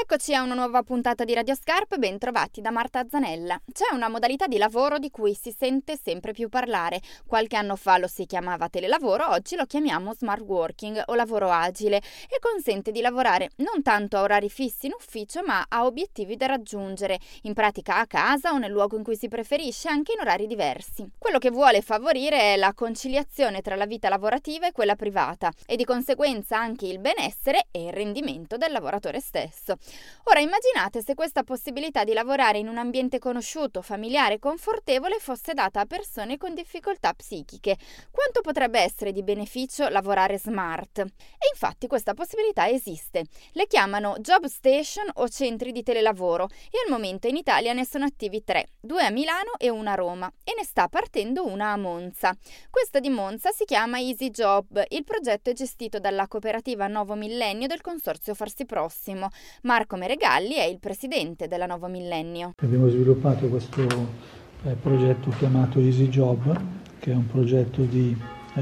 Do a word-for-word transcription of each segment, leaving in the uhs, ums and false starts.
Eccoci a una nuova puntata di Radio Scarp, ben trovati da Marta Zanella. C'è una modalità di lavoro di cui si sente sempre più parlare. Qualche anno fa lo si chiamava telelavoro, oggi lo chiamiamo smart working o lavoro agile e consente di lavorare non tanto a orari fissi in ufficio ma a obiettivi da raggiungere, in pratica a casa o nel luogo in cui si preferisce, anche in orari diversi. Quello che vuole favorire è la conciliazione tra la vita lavorativa e quella privata e di conseguenza anche il benessere e il rendimento del lavoratore stesso. Ora immaginate se questa possibilità di lavorare in un ambiente conosciuto, familiare e confortevole fosse data a persone con difficoltà psichiche. Quanto potrebbe essere di beneficio lavorare smart? E infatti questa possibilità esiste. Le chiamano job station o centri di telelavoro e al momento in Italia ne sono attivi tre, due a Milano e una a Roma, e ne sta partendo una a Monza. Questa di Monza si chiama Easy Job. Il progetto è gestito dalla cooperativa Novo Millennio del consorzio Farsi Prossimo. Marco Meregalli è il presidente della Novo Millennio. Abbiamo sviluppato questo eh, progetto chiamato Easy Job, che è un progetto di eh,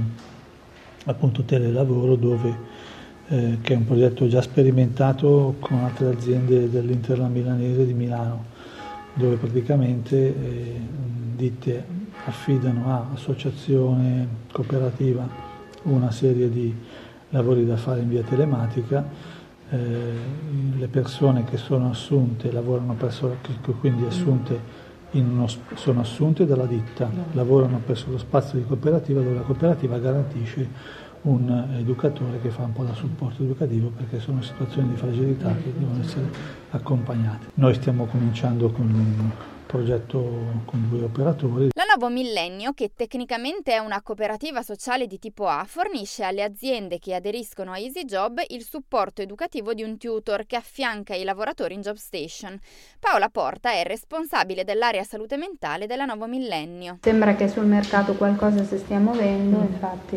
appunto telelavoro, dove, eh, che è un progetto già sperimentato con altre aziende dell'Interland milanese di Milano, dove praticamente eh, ditte affidano a associazione, cooperativa, una serie di lavori da fare in via telematica. Eh, le persone che sono assunte lavorano presso, quindi assunte in uno, sono assunte dalla ditta, lavorano presso lo spazio di cooperativa, dove la cooperativa garantisce un educatore che fa un po' da supporto educativo, perché sono situazioni di fragilità che devono essere accompagnate. Noi stiamo cominciando con un progetto con due operatori. La Novo Millennio, che tecnicamente è una cooperativa sociale di tipo A, fornisce alle aziende che aderiscono a Easy Job il supporto educativo di un tutor che affianca i lavoratori in job station. Paola Porta è responsabile dell'area salute mentale della Novo Millennio. Sembra che sul mercato qualcosa si stia muovendo, infatti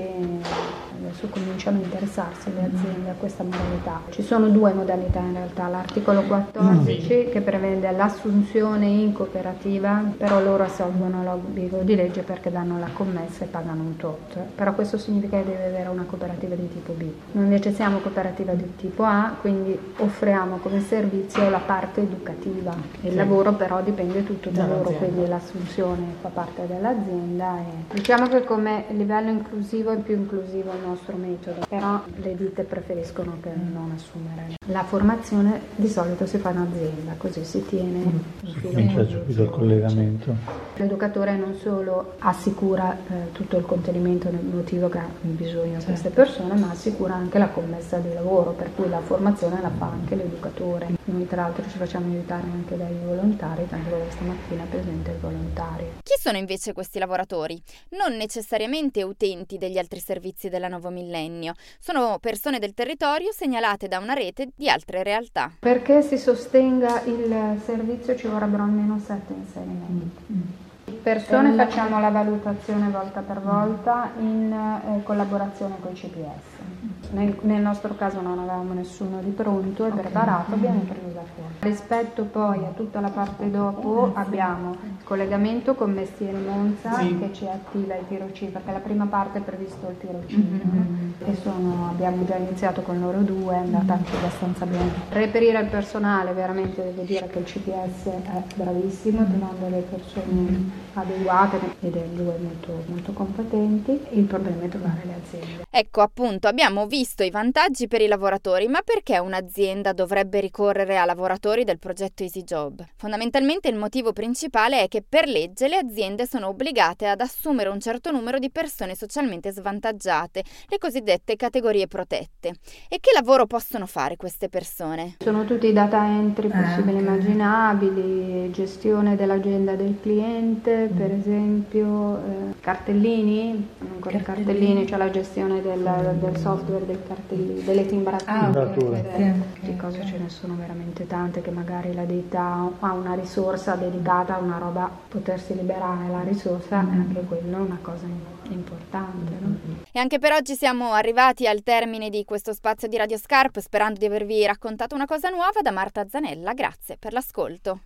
adesso cominciano a interessarsi le aziende a questa modalità. Ci sono due modalità in realtà, l'articolo quattordici che prevede l'assunzione in cooperativa, però loro assolvono l'obbligo di legge perché danno la commessa e pagano un tot, però questo significa che deve avere una cooperativa di tipo B. Noi invece siamo cooperativa di tipo A, quindi offriamo come servizio la parte educativa. Il sì. lavoro però dipende tutto da loro, quindi l'assunzione fa parte dell'azienda e diciamo che come livello inclusivo è più inclusivo il nostro metodo, però le ditte preferiscono che non assumere. La formazione di solito si fa in azienda, così si tiene mm. un filo il collegamento. L'educatore non solo assicura eh, tutto il contenimento emotivo che ha bisogno certo. queste persone, ma assicura anche la commessa di lavoro, per cui la formazione la fa anche l'educatore. Noi tra l'altro ci facciamo aiutare anche dai volontari, tanto che stamattina è presente il volontario. Chi sono invece questi lavoratori? Non necessariamente utenti degli altri servizi della Novo Millennio, sono persone del territorio segnalate da una rete di altre realtà. Perché si sostenga il servizio ci vorrebbero almeno sette inserimenti. Mm. Persone facciamo la valutazione volta per volta in eh, collaborazione con il C P S. Nel, nel nostro caso non avevamo nessuno di pronto e okay. preparato, abbiamo preso da fuori. Rispetto poi a tutta la parte dopo abbiamo il collegamento con Mestieri Monza sì. che ci attiva i tirocini, perché la prima parte è previsto il tirocinio mm-hmm. e sono, abbiamo già iniziato con loro due, è andata anche abbastanza bene. Reperire il personale, veramente devo dire che il C P S è bravissimo, trovando le persone adeguate ed è due molto, molto competenti. Il problema è trovare le aziende. Ecco, appunto, abbiamo visto i vantaggi per i lavoratori, ma perché un'azienda dovrebbe ricorrere a lavoratori del progetto Easy Job? Fondamentalmente il motivo principale è che per legge le aziende sono obbligate ad assumere un certo numero di persone socialmente svantaggiate, le cosiddette categorie protette. E che lavoro possono fare queste persone? Sono tutti i data entry possibili e okay. immaginabili, gestione dell'agenda del cliente, per esempio eh, cartellini, ancora cartellini, cartellini cioè la gestione del, del software dei cartellini, delle timbrature, ah, okay. di cose ce ne sono veramente tante che magari la ditta ha una risorsa dedicata a una roba, potersi liberare la risorsa mm. è anche quello una cosa importante. No? E anche per oggi siamo arrivati al termine di questo spazio di Radio Scarp, sperando di avervi raccontato una cosa nuova. Da Marta Zanella, grazie per l'ascolto.